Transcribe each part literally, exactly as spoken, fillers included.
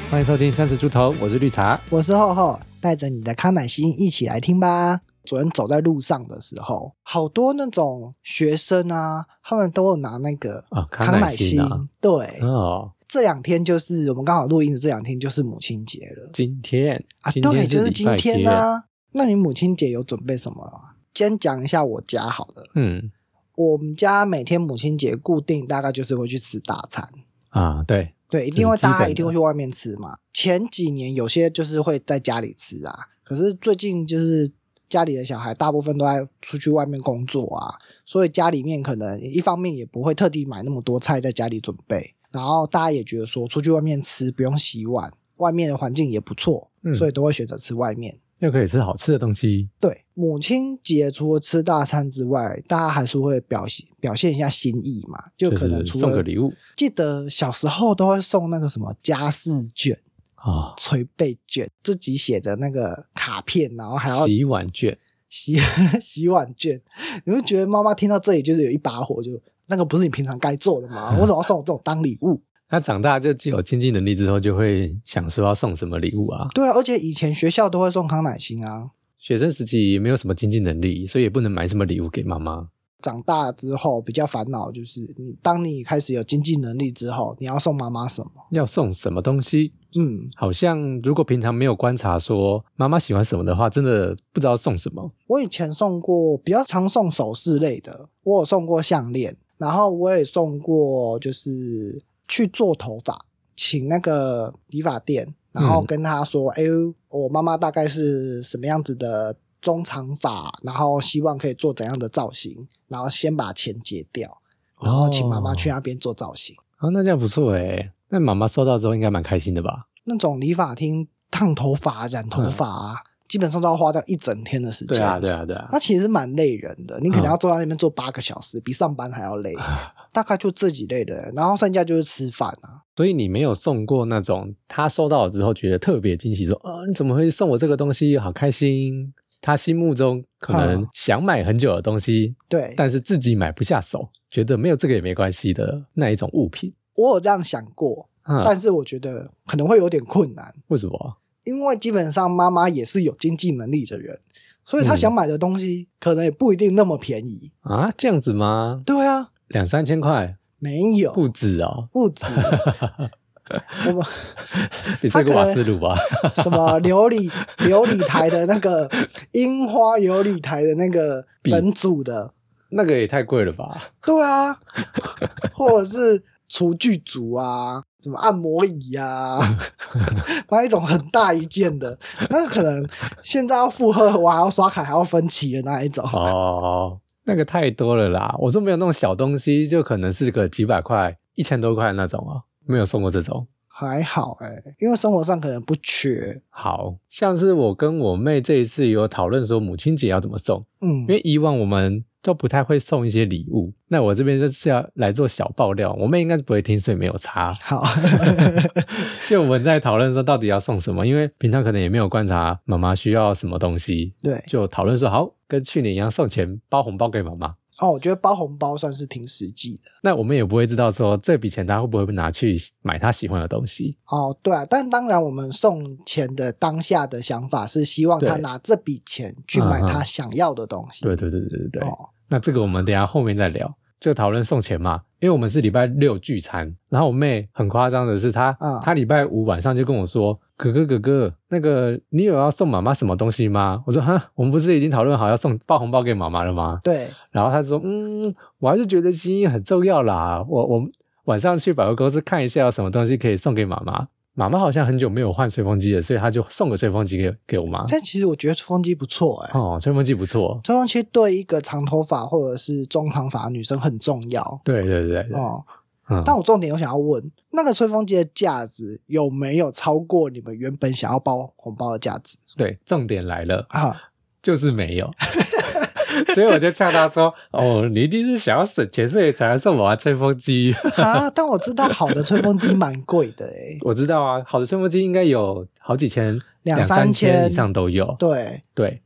欢迎收听三十出头，我是绿茶， 我是厚厚，带着你的康乃馨一起来听吧。昨天走在路上的时候，好多那种学生啊，他们都有拿那个康乃馨、哦啊、对哦。这两天就是我们刚好录音的这两天就是母亲节了。 今天啊， 今天对，就是今天啊。那你母亲节有准备什么啊？先讲一下我家好了。嗯，我们家每天母亲节固定大概就是会去吃大餐啊，对对，一定会大家一定会去外面吃嘛。前几年有些就是会在家里吃啊，可是最近就是家里的小孩大部分都在出去外面工作啊，所以家里面可能一方面也不会特地买那么多菜在家里准备，然后大家也觉得说出去外面吃不用洗碗，外面的环境也不错、嗯、所以都会选择吃外面， 又可以吃好吃的东西。 对，母亲节除了吃大餐之外，大家还是会表现表现一下心意嘛，就可能除了、 就是、送个礼物。 记得小时候都会送那个什么家事卷啊、捶背卷，自己写的那个卡片，然后还要洗碗卷， 洗洗碗卷。你会觉得妈妈听到这里就是有一把火，就那个不是你平常该做的吗？为什么要送我这种当礼物？ 他长大就既有经济能力之后，就会想说要送什么礼物啊？ 对啊，而且以前学校都会送康乃馨啊。 学生时期也没有什么经济能力，所以也不能买什么礼物给妈妈。 长大之后比较烦恼就是你当你开始有经济能力之后，你要送妈妈什么？ 要送什么东西？嗯，好像如果平常没有观察说妈妈喜欢什么的话，真的不知道送什么。 我以前送过比较常送首饰类的，我有送过项链，然后我也送过就是去做头发，请那个理发店，然后跟他说哎、嗯，我妈妈大概是什么样子的中长发，然后希望可以做怎样的造型，然后先把钱结掉，然后请妈妈去那边做造型。 哦，那这样不错耶。那妈妈收到之后应该蛮开心的吧？ 那种理发厅烫头发染头发啊、嗯、基本上都要花掉一整天的时间。 对啊对啊对啊， 那其实蛮累人的，你可能要坐在那边坐八个小时、嗯、比上班还要累大概就这几类的，然后剩下就是吃饭啊。 所以你没有送过那种他收到了之后觉得特别惊喜，说哦你怎么会送我这个东西，好开心，他心目中可能想买很久的东西、嗯、对，但是自己买不下手，觉得没有这个也没关系的那一种物品。 我有这样想过、嗯、但是我觉得可能会有点困难。 为什么？ 因为基本上妈妈也是有经济能力的人，所以她想买的东西可能也不一定那么便宜、 嗯、啊，这样子吗？ 对啊， 两三千块？ 没有， 不止哦， 不止我们你这个瓦斯炉吧什么琉璃琉璃台的那个樱花琉璃台的那个整组的， 那个也太贵了吧？ 对啊，或者是厨具组啊，什么按摩椅啊那一种很大一件的，那个可能现在要负荷我还要刷卡还要分期的那一种。 哦，那个太多了啦。我说没有那种小东西，就可能是个几百块一千多块那种哦，没有送过这种。 还好欸，因为生活上可能不缺。 好像是我跟我妹这一次有讨论说母亲节要怎么送，嗯，因为以往我们都不太会送一些礼物，那我这边就是要来做小爆料，我妹应该是不会听，所以没有差。好就我们在讨论说到底要送什么，因为平常可能也没有观察妈妈需要什么东西，对，就讨论说好跟去年一样送钱包红包给妈妈。 哦，我觉得包红包算是挺实际的。 那我们也不会知道说这笔钱他会不会拿去买他喜欢的东西。 哦，对啊，但当然我们送钱的当下的想法是希望他拿这笔钱去买他想要的东西。 对对对对对对、哦。那这个我们等一下后面再聊，就讨论送钱嘛。因为我们是礼拜六聚餐，然后我妹很夸张的是她、嗯、她礼拜五晚上就跟我说，哥哥哥哥，那个你有要送妈妈什么东西吗？我说哈，我们不是已经讨论好要送包红包给妈妈了吗？对。然后她说嗯，我还是觉得心意很重要啦，我我晚上去百货公司看一下有什么东西可以送给妈妈。妈妈好像很久没有换吹风机了，所以她就送个吹风机给给我妈。但其实我觉得吹风机不错欸。 哦，吹风机不错。 吹风机对一个长头发或者是中长发的女生很重要。 对对对对。 哦、嗯，但我重点我想要问，那个吹风机的价值有没有超过你们原本想要包红包的价值？ 对，重点来了啊，就是没有。所以我就呛他说哦，你一定是想要省钱所以才送我吹风机啊！但我知道好的吹风机蛮贵的欸。 我知道啊，好的吹风机应该有好几千两三千以上都有。 对对，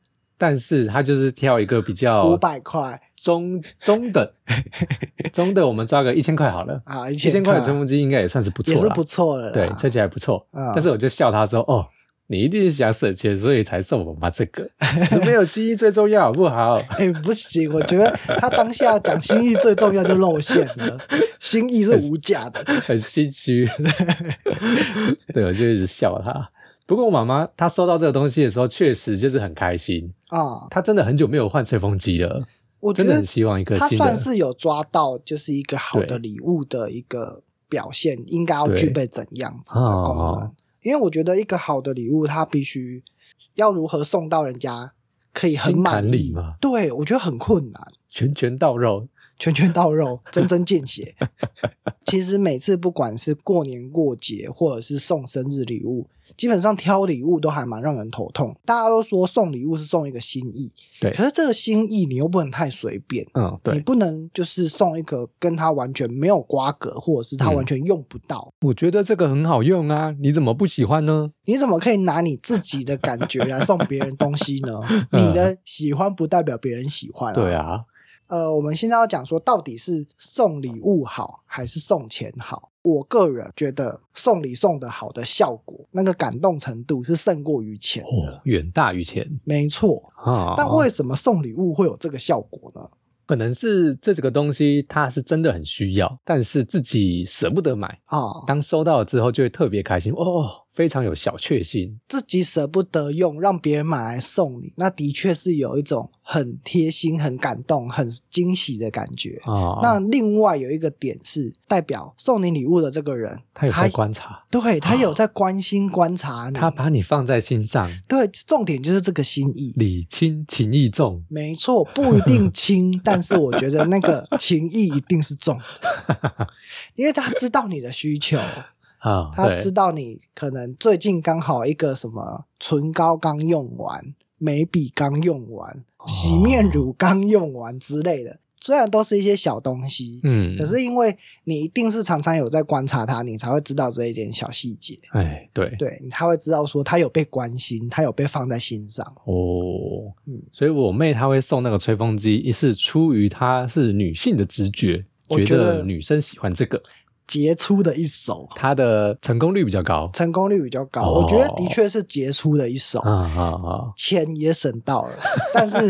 但是他就是挑一个比较五百块中中等中的，我们抓个一千块好了啊， 一千块的吹风机应该也算是不错啦， 也是不错的啦， 对，吹起来不错、嗯、但是我就笑他说哦，你一定是想省钱，所以才送我妈这个没有心意最重要好不好？ 哎、欸，不行，我觉得他当下讲心意最重要就露馅了，心意是无价的， 很, 很心虚对，我就一直笑他。不过我妈妈她收到这个东西的时候确实就是很开心啊，她真的很久没有换吹风机了，我真的很希望一个新的， 她算是有抓到就是一个好的礼物的一个表现应该要具备怎样子的功能、哦、因为我觉得一个好的礼物它必须要如何送到人家可以很满意嘛，对，我觉得很困难， 拳拳到肉拳拳到肉，针针见血其实每次不管是过年过节或者是送生日礼物，基本上挑礼物都还蛮让人头痛。大家都说送礼物是送一个心意，对，可是这个心意你又不能太随便，嗯，对，你不能就是送一个跟他完全没有瓜葛或者是他完全用不到、 嗯、我觉得这个很好用啊，你怎么不喜欢呢？ 你怎么可以拿你自己的感觉来送别人东西呢你的喜欢不代表别人喜欢啊， 对啊， 呃，我们现在要讲说到底是送礼物好还是送钱好。我个人觉得送礼送的好的效果，那个感动程度是胜过于钱的、哦、 远大于钱， 没错、哦、但为什么送礼物会有这个效果呢？ 可能是这个东西它是真的很需要，但是自己舍不得买啊、哦，当收到了之后就会特别开心哦，非常有小确幸。 自己舍不得用，让别人买来送你，那的确是有一种很贴心、很感动、很惊喜的感觉、哦、那另外有一个点是代表送你礼物的这个人他有在观察， 对，他有在关心观察你、 哦、他把你放在心上， 对，重点就是这个心意， 礼轻情意重， 没错，不一定轻但是我觉得那个情意一定是重的因为他知道你的需求、哦、他知道你可能最近刚好一个什么唇膏刚用完，眉笔刚用完、哦、洗面乳刚用完之类的，虽然都是一些小东西，嗯，可是因为你一定是常常有在观察他，你才会知道这一点小细节。哎，对对，他会知道说他有被关心，他有被放在心上。哦，嗯， 所以我妹她会送那个吹风机，是出于她是女性的直觉，觉得女生喜欢这个。 杰出的一手， 他的成功率比较高， 成功率比较高、哦、我觉得的确是杰出的一手啊啊啊！钱也省到了，但是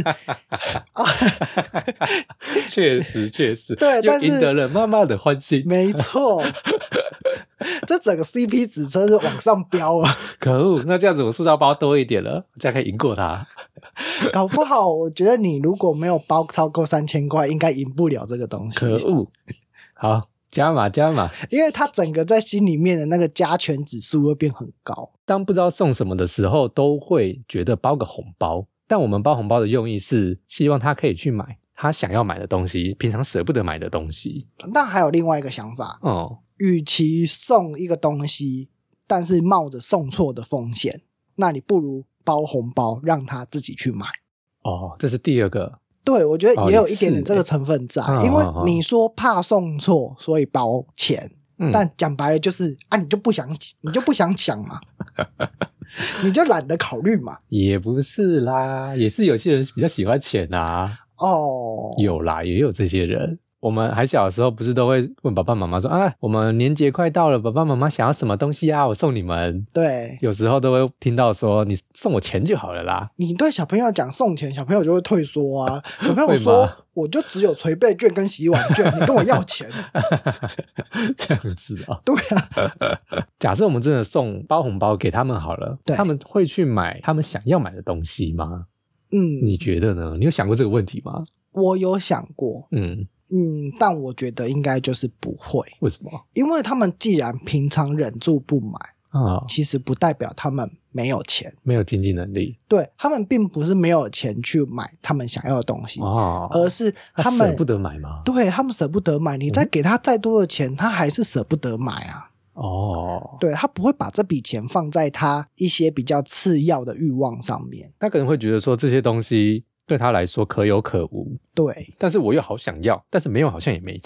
确实确实， 对，但是赢得了妈妈的欢心， 没错。这整个 C P 指称是往上飙了， 可恶！那这样子我塑料包多一点了，这样可以赢过他。 搞不好，我觉得你如果没有包超过三千块，应该赢不了这个东西。 可恶！好。加码加码， 因为他整个在心里面的那个加权指数会变很高。 当不知道送什么的时候，都会觉得包个红包，但我们包红包的用意是希望他可以去买他想要买的东西，平常舍不得买的东西。 但还有另外一个想法，哦，与其送一个东西，但是冒着送错的风险，那你不如包红包让他自己去买。 哦，这是第二个。 对，我觉得也有一点点这个成分在、哦、因为你说怕送错所以包钱、嗯、但讲白了就是啊，你就不想你就不想想嘛你就懒得考虑嘛。 也不是啦，也是有些人比较喜欢钱啊。哦，有啦，也有这些人。我们还小的时候不是都会问爸爸妈妈说啊，我们年节快到了，爸爸妈妈想要什么东西啊，我送你们。对，有时候都会听到说你送我钱就好了啦。 你对小朋友讲送钱，小朋友就会退缩啊。小朋友说我就只有捶背券跟洗碗券你跟我要钱这样子啊、哦？ 对啊。 假设我们真的送包红包给他们好了，他们会去买他们想要买的东西吗？嗯，你觉得呢？你有想过这个问题吗？ 我有想过。嗯嗯，但我觉得应该就是不会。 为什么？ 因为他们既然平常忍住不买啊，其实不代表他们没有钱， 没有经济能力。 对，他们并不是没有钱去买他们想要的东西、哦、而是他们他舍不得买吗？ 对，他们舍不得买，你再给他再多的钱、嗯、他还是舍不得买啊。哦，对，他不会把这笔钱放在他一些比较次要的欲望上面。 他可能会觉得说这些东西对他来说可有可无， 对， 但是我又好想要，但是没有好像也没差。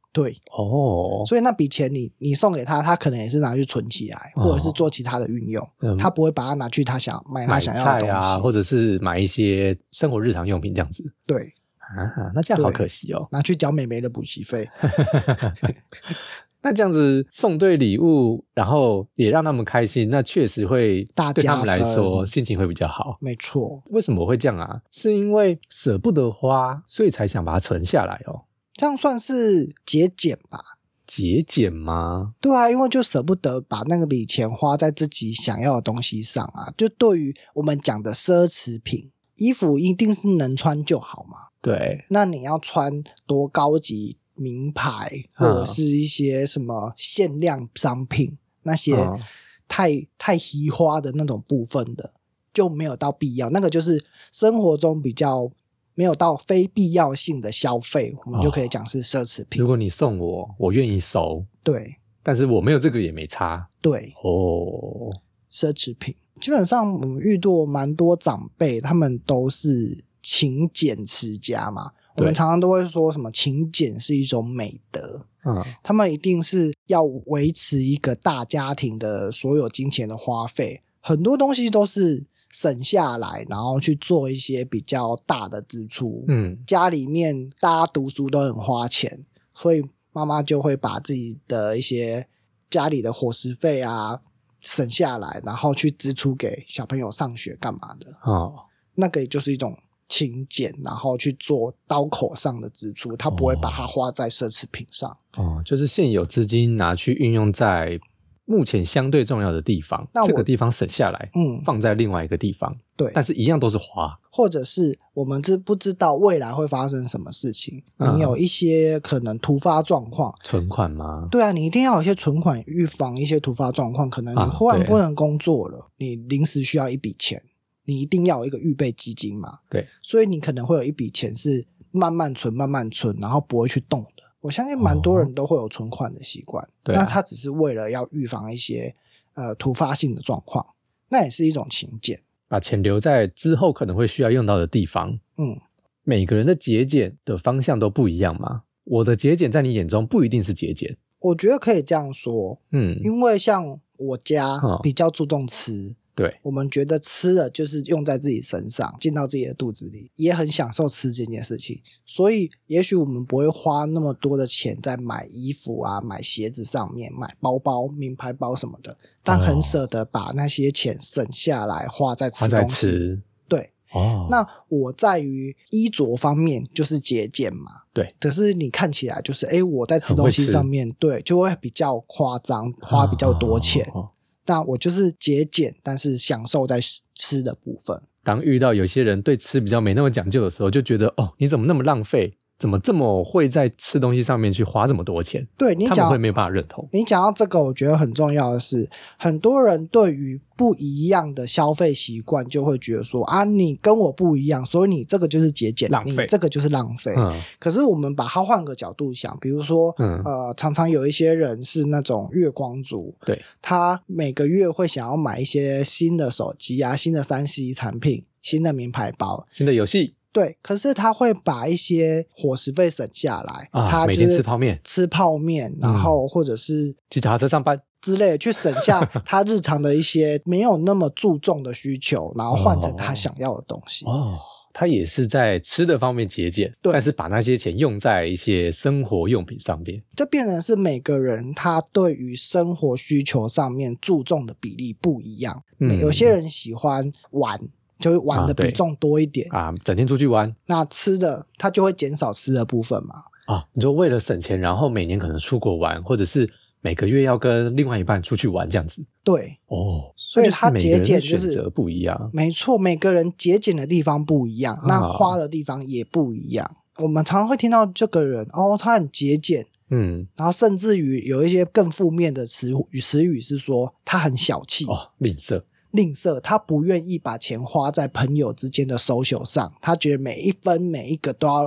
对哦， 所以那笔钱你你送给他，他可能也是拿去存起来，哦、或者是做其他的运用、嗯，他不会把它拿去他想买他想要的东西， 买菜啊，或者是买一些生活日常用品这样子。 对啊，那这样好可惜哦， 拿去缴妹妹的补习费。 那这样子送对礼物，然后也让他们开心，那确实会对他们来说心情会比较好。 没错。 为什么会这样啊？是因为舍不得花，所以才想把它存下来哦。 这样算是节俭吧？ 节俭吗？ 对啊，因为就舍不得把那个笔钱花在自己想要的东西上啊。就对于我们讲的奢侈品，衣服一定是能穿就好嘛。 对。 那你要穿多高级名牌或者是一些什么限量商品、嗯、那些太、嗯、太稀花的那种部分的就没有到必要，那个就是生活中比较没有到非必要性的消费，我们就可以讲是奢侈品、 哦、如果你送我我愿意收， 对， 但是我没有这个也没差， 对哦， 奢侈品基本上我们遇到蛮多长辈，他们都是勤俭持家嘛，我们常常都会说什么勤俭是一种美德、嗯、他们一定是要维持一个大家庭的所有金钱的花费，很多东西都是省下来然后去做一些比较大的支出。嗯，家里面大家读书都很花钱，所以妈妈就会把自己的一些家里的伙食费啊省下来，然后去支出给小朋友上学干嘛的。哦，那个也就是一种勤俭，然后去做刀口上的支出，他不会把它花在奢侈品上。哦， 就是现有资金拿去运用在目前相对重要的地方，这个地方省下来，嗯，放在另外一个地方，对，但是一样都是花。 或者是我们知不知道未来会发生什么事情、嗯、你有一些可能突发状况， 存款吗？ 对啊，你一定要有一些存款预防一些突发状况，可能你忽然不能工作了、啊、你临时需要一笔钱，你一定要有一个预备基金嘛，对，所以你可能会有一笔钱是慢慢存慢慢存，然后不会去动的。我相信蛮多人都会有存款的习惯、哦、那他只是为了要预防一些呃突发性的状况，那也是一种勤俭， 把钱留在之后可能会需要用到的地方。嗯，每个人的节俭的方向都不一样嘛，我的节俭在你眼中不一定是节俭。 我觉得可以这样说，嗯，因为像我家比较注重吃、嗯，对，我们觉得吃的就是用在自己身上，进到自己的肚子里，也很享受吃这件事情，所以也许我们不会花那么多的钱在买衣服啊买鞋子上面，买包包名牌包什么的，但很舍得把那些钱省下来花在吃东西，花在吃，对哦。那我在于衣着方面就是节俭嘛，对，可是你看起来就是诶我在吃东西上面对就会比较夸张，花比较多钱、哦哦哦那我就是节俭，但是享受在吃的部分。 当遇到有些人对吃比较没那么讲究的时候，就觉得哦，你怎么那么浪费？怎么这么会在吃东西上面去花这么多钱？ 对，你讲他们会没有办法认同。 你讲到这个，我觉得很重要的是，很多人对于不一样的消费习惯，就会觉得说啊，你跟我不一样，所以你这个就是节俭， 浪费， 你这个就是浪费。嗯。可是我们把它换个角度想，比如说，嗯、呃，常常有一些人是那种月光族，对，他每个月会想要买一些新的手机啊、新的 三 C 产品、新的名牌包、 新的游戏。 对，可是他会把一些伙食费省下来、 啊、 他每天吃泡面吃泡面，然后或者是骑脚踏车上班之类的，去省下他日常的一些没有那么注重的需求，然后换成他想要的东西。哦， 哦他也是在吃的方面节俭，但是把那些钱用在一些生活用品上面， 就变成是每个人他对于生活需求上面注重的比例不一样、嗯、有些人喜欢玩，就会玩的比重多一点啊, 啊，整天出去玩， 那吃的他就会减少吃的部分嘛。 啊，你就为了省钱，然后每年可能出国玩，或者是每个月要跟另外一半出去玩这样子。 对哦， 所以他节俭就是选择不一样。 没错，每个人节俭的地方不一样、啊、那花的地方也不一样。我们常常会听到这个人哦，他很节俭，嗯，然后甚至于有一些更负面的词语词语是说他很小气哦，吝啬。 吝啬，他不愿意把钱花在朋友之间的 social 上，他觉得每一分每一个都要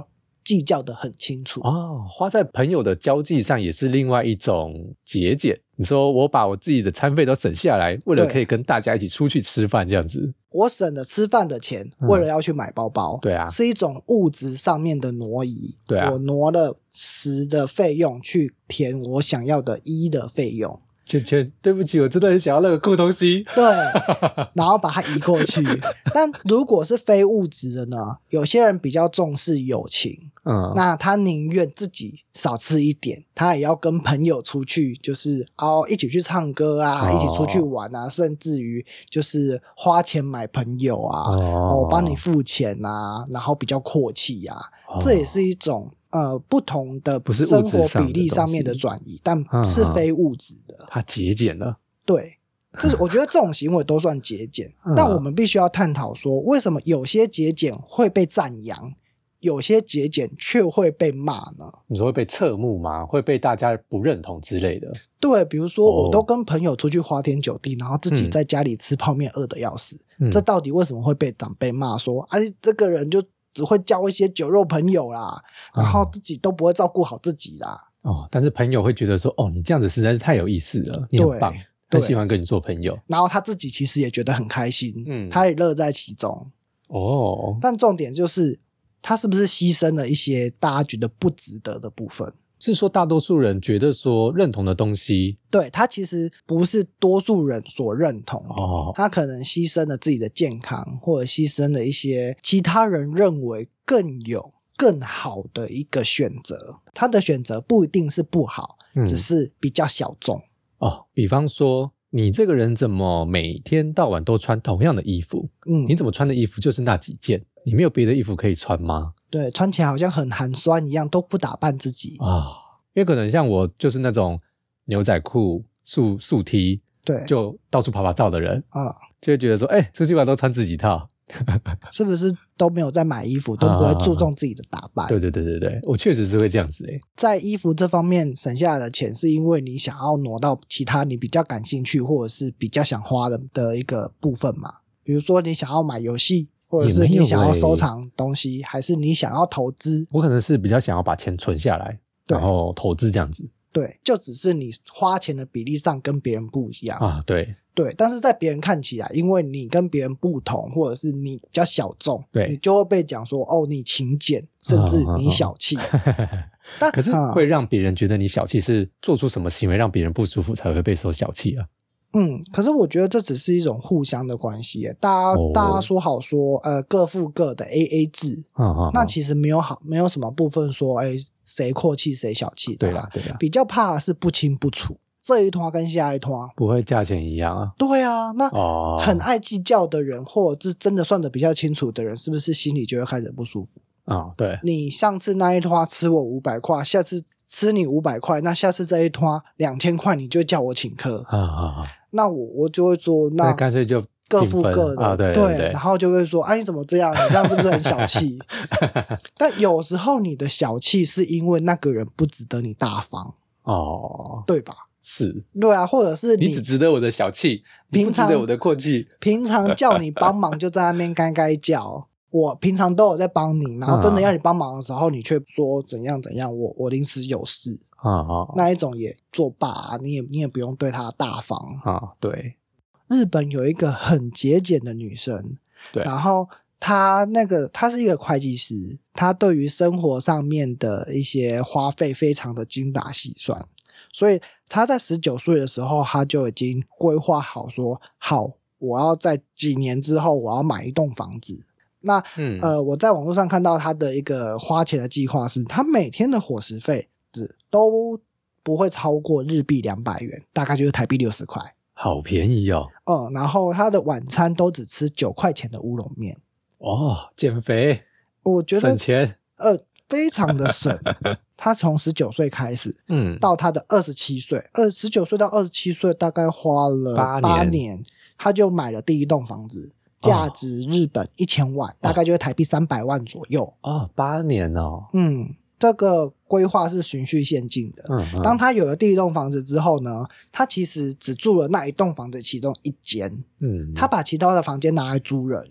计较的很清楚。 哦，花在朋友的交际上也是另外一种节俭。你说我把我自己的餐费都省下来，为了可以跟大家一起出去吃饭这样子。 我省了吃饭的钱， 嗯、 为了要去买包包。 对啊， 是一种物质上面的挪移。 对啊， 我挪了食的费用去填我想要的衣的费用。 芊芊，对不起，我真的很想要那个酷东西。 对，然后把它移过去。但如果是非物质的呢？有些人比较重视友情，嗯，那他宁愿自己少吃一点，他也要跟朋友出去，就是哦一起去唱歌啊，哦、一起出去玩啊，甚至于就是花钱买朋友啊，哦，帮你付钱啊，然后比较阔气啊，哦、这也是一种。呃，不同的生活比例上面的转移，但是非物质的， 它节俭了。 对，这我觉得这种行为都算节俭，但我们必须要探讨说，为什么有些节俭会被赞扬，有些节俭却会被骂呢？ 你说会被侧目吗？会被大家不认同之类的？ 对，比如说我都跟朋友出去花天酒地，然后自己在家里吃泡面饿得要死，嗯、这到底为什么会被长辈骂说啊？这个人就只会交一些酒肉朋友啦，然后自己都不会照顾好自己啦。 哦，但是朋友会觉得说，哦，你这样子实在是太有意思了，你很棒，很喜欢跟你做朋友。 然后他自己其实也觉得很开心，嗯，他也乐在其中。 哦， 但重点就是他是不是牺牲了一些大家觉得不值得的部分？ 是说大多数人觉得说认同的东西， 对，他其实不是多数人所认同的，哦，他可能牺牲了自己的健康，或者牺牲了一些其他人认为更有更好的一个选择，他的选择不一定是不好，嗯，只是比较小众。 哦，比方说你这个人怎么每天到晚都穿同样的衣服，嗯，你怎么穿的衣服就是那几件，你没有别的衣服可以穿吗？ 对，穿起来好像很寒酸一样，都不打扮自己啊。因为可能像我就是那种牛仔裤素素 T， 对， 就到处跑跑照的人啊， 就会觉得说，哎、欸，出去玩都穿自己套， 是不是都没有在买衣服，都不会注重自己的打扮？ 啊、对对对对对，我确实是会这样子诶。 在衣服这方面省下来的钱，是因为你想要挪到其他你比较感兴趣或者是比较想花的的一个部分嘛？比如说你想要买游戏。或者是你想要收藏东西，欸、还是你想要投资？ 我可能是比较想要把钱存下来，然后投资这样子。 对，就只是你花钱的比例上跟别人不一样啊。对对，但是在别人看起来，因为你跟别人不同，或者是你比较小众， 对， 你就会被讲说哦，你勤俭，甚至你小气。啊啊啊但可是会让别人觉得你小气，是做出什么行为让别人不舒服才会被说小气啊？ 嗯，可是我觉得这只是一种互相的关系耶，大家、哦、大家说好说呃各付各的 A A 制，嗯嗯嗯，那其实没有好没有什么部分说哎谁阔气谁小气的啦， 对啊对啊， 比较怕的是不清不楚，这一团跟下一团不会价钱一样啊。 对啊，那很爱计较的人、哦、或者是真的算得比较清楚的人，是不是心里就会开始不舒服？ 哦，对， 你上次那一团吃我五百块，下次吃你五百块，那下次这一团两千块你就叫我请客啊啊啊！那我我就会说，那干脆就各付各的啊，对对对， 然后就会说，啊你怎么这样？你这样是不是很小气？但有时候你的小气是因为那个人不值得你大方哦，对吧？ 是， 对啊，或者是 你, 你只值得我的小气，你不值得我的阔气。 平常叫你帮忙就在那边该该叫。我平常都有在帮你，然后真的要你帮忙的时候，啊、你却说怎样怎样，我我临时有事啊啊，那一种也作罢、啊，你也你也不用对他大方啊。对， 日本有一个很节俭的女生， 对， 然后她那个她是一个会计师，她对于生活上面的一些花费非常的精打细算，所以她在十九岁的时候，她就已经规划好说，好，我要在几年之后我要买一栋房子。那、嗯、呃，我在网络上看到他的一个花钱的计划是，他每天的伙食费只都不会超过日币两百元，大概就是台币六十块， 好便宜哦。 嗯，然后他的晚餐都只吃九块钱的乌龙面。 哦，减肥， 我觉得省钱， 呃，非常的省。他从十九岁开始，嗯，到他的二十七岁，二十九岁到二十七岁，大概花了八年，八年，他就买了第一栋房子。价值日本一千万、哦，大概就是台币三百万左右。 哦，八年哦。 嗯，这个规划是循序渐进的。嗯嗯。当他有了第一栋房子之后呢，他其实只住了那一栋房子其中一间。嗯。他把其他的房间拿来租人，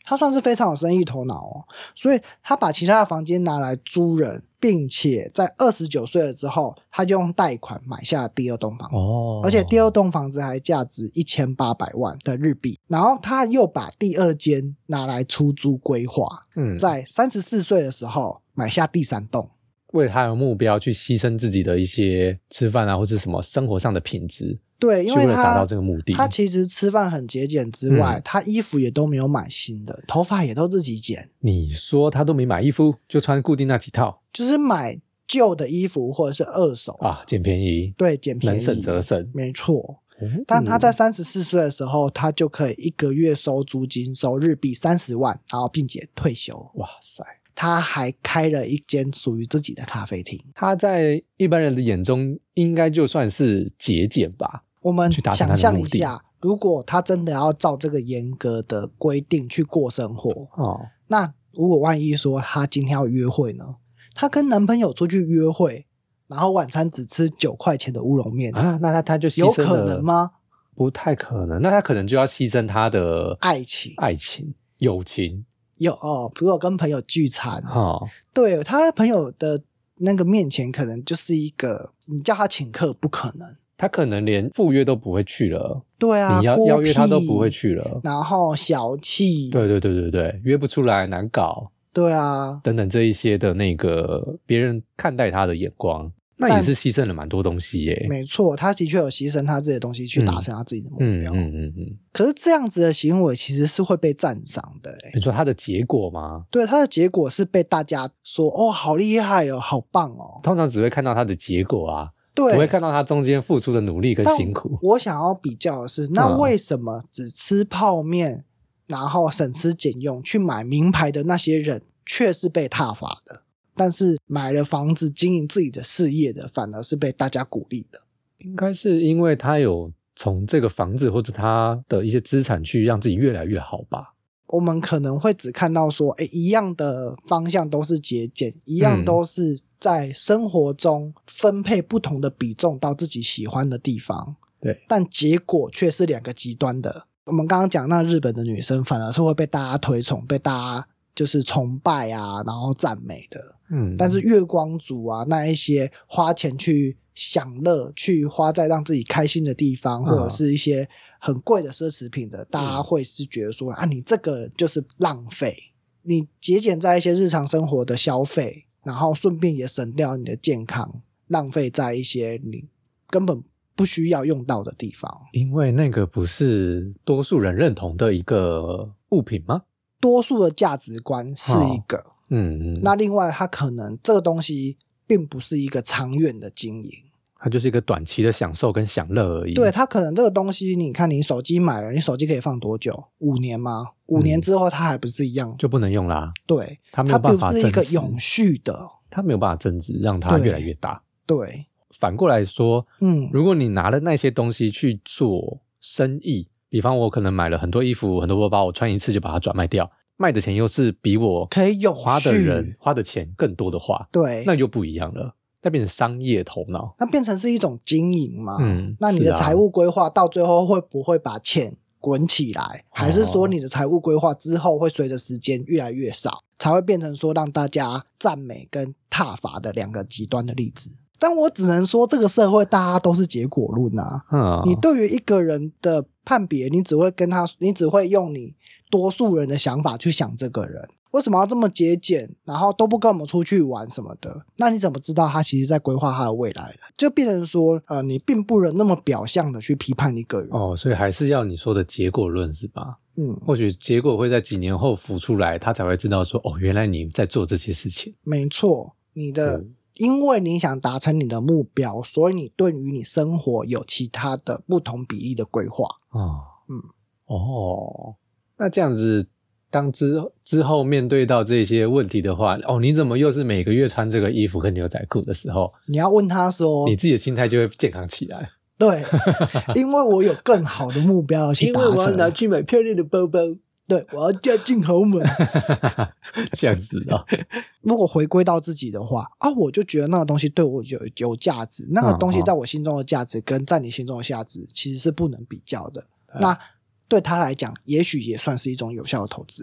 他算是非常有生意头脑哦，所以他把其他的房间拿来租人，并且在二十九岁了之后，他就用贷款买下了第二栋房子， 哦， 而且第二栋房子还价值一千八百万的日币。然后他又把第二间拿来出租规划，嗯，在三十四岁的时候买下第三栋。 为了他的目标去牺牲自己的一些吃饭啊或是什么生活上的品质， 对，因为他为了达到这个目的， 他其实吃饭很节俭之外、嗯、他衣服也都没有买新的，头发也都自己剪。 你说他都没买衣服，就穿固定那几套， 就是买旧的衣服或者是二手啊，捡便宜。 对，捡便宜， 能省则省， 没错。但他在三十四岁的时候，他就可以一个月收租金收日币三十万，然后并且退休。 哇塞！ 他还开了一间属于自己的咖啡厅。 他在一般人的眼中应该就算是节俭吧。 我们想象一下，如果他真的要照这个严格的规定去过生活、哦、那如果万一说他今天要约会呢，他跟男朋友出去约会，然后晚餐只吃九块钱的乌龙面啊，那他他就牺牲了， 有可能吗？ 不太可能，那他可能就要牺牲他的爱情、 爱情、友情。 有哦，如果跟朋友聚餐、哦、对，他朋友的那个面前可能就是一个，你叫他请客不可能， 他可能连赴约都不会去了。 对啊， 你要邀约他都不会去了， 然后小气， 对对对对对，约不出来难搞， 对啊， 等等这一些的那个别人看待他的眼光，那也是牺牲了蛮多东西耶。 没错，他的确有牺牲他自己的东西去达成他自己的目标。 嗯嗯嗯嗯。 可是这样子的行为其实是会被赞赏的耶。 你说他的结果吗？ 对，他的结果是被大家说哦，好厉害哦，好棒哦。 通常只会看到他的结果啊， 对， 不会看到他中间付出的努力跟辛苦。 我想要比较的是，那为什么只吃泡面、嗯、然后省吃俭用去买名牌的那些人却是被挞伐的？但是买了房子经营自己的事业的反而是被大家鼓励的。 应该是因为他有从这个房子或者他的一些资产去让自己越来越好吧。 我们可能会只看到说诶，一样的方向都是节俭，一样都是在生活中分配不同的比重到自己喜欢的地方， 对， 但结果却是两个极端的。我们刚刚讲那日本的女生反而是会被大家推崇，被大家就是崇拜啊，然后赞美的。嗯，但是月光族啊，那一些花钱去享乐，去花在让自己开心的地方，或者是一些很贵的奢侈品的，大家会是觉得说、嗯、啊，你这个就是浪费，你节俭在一些日常生活的消费，然后顺便也省掉你的健康，浪费在一些你根本不需要用到的地方。 因为那个不是多数人认同的一个物品吗？ 多数的价值观是一个、哦嗯嗯， 那另外它可能这个东西并不是一个长远的经营， 它就是一个短期的享受跟享乐而已。 对，它可能这个东西你看你手机买了，你手机可以放多久？五年吗？五年之后它还不是一样、嗯、 就不能用啦。 对， 它没有办法增值， 它不是一个永续的， 它没有办法增值让它越来越大。 对, 对反过来说， 嗯， 如果你拿了那些东西去做生意，比方我可能买了很多衣服很多包包，我穿一次就把它转卖掉，卖的钱又是比我可以有花的人花的钱更多的话， 对， 那就不一样了，那变成商业头脑， 那变成是一种经营嘛。 嗯， 那你的财务规划到最后会不会把钱滚起来、哦、还是说你的财务规划之后会随着时间越来越少，才会变成说让大家赞美跟挞伐的两个极端的例子。但我只能说这个社会大家都是结果论啊、嗯、你对于一个人的判别，你只会跟他你只会用你多数人的想法去想这个人为什么要这么节俭，然后都不跟我们出去玩什么的，那你怎么知道他其实在规划他的未来了？就变成说呃，你并不能那么表象的去批判一个人哦，所以还是要你说的结果论是吧？ 嗯， 或许结果会在几年后浮出来，他才会知道说哦，原来你在做这些事情。没错，你的、嗯、因为你想达成你的目标，所以你对于你生活有其他的不同比例的规划。 哦， 嗯， 哦，那这样子当之之后面对到这些问题的话，哦，你怎么又是每个月穿这个衣服跟牛仔裤的时候， 你要问他说， 你自己的心态就会健康起来。 对，因为我有更好的目标要去达成， 因为我要拿去买漂亮的包包， 对，我要嫁进豪门。 这样子哦。 如果回归到自己的话啊，我就觉得那个东西对我有有价值，那个东西在我心中的价值跟在你心中的价值其实是不能比较的。嗯、那对他来讲也许也算是一种有效的投资啊。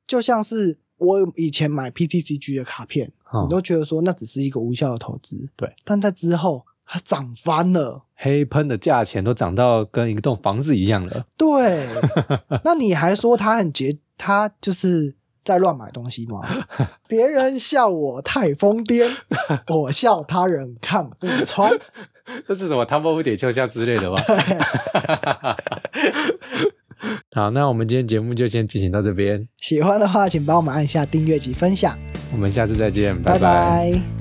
就像是我以前买 P T C G 的卡片，嗯、你都觉得说那只是一个无效的投资， 对， 但在之后它涨翻了， 黑喷的价钱都涨到跟一栋房子一样了。 对，那你还说他很节，他就是在乱买东西吗？别人笑我太疯癫，我笑他人看不穿。 这是什么汤包蝴蝶秋香之类的吗？好，那我们今天节目就先进行到这边。 喜欢的话请帮我们按下订阅及分享， 我们下次再见，拜拜。 拜拜。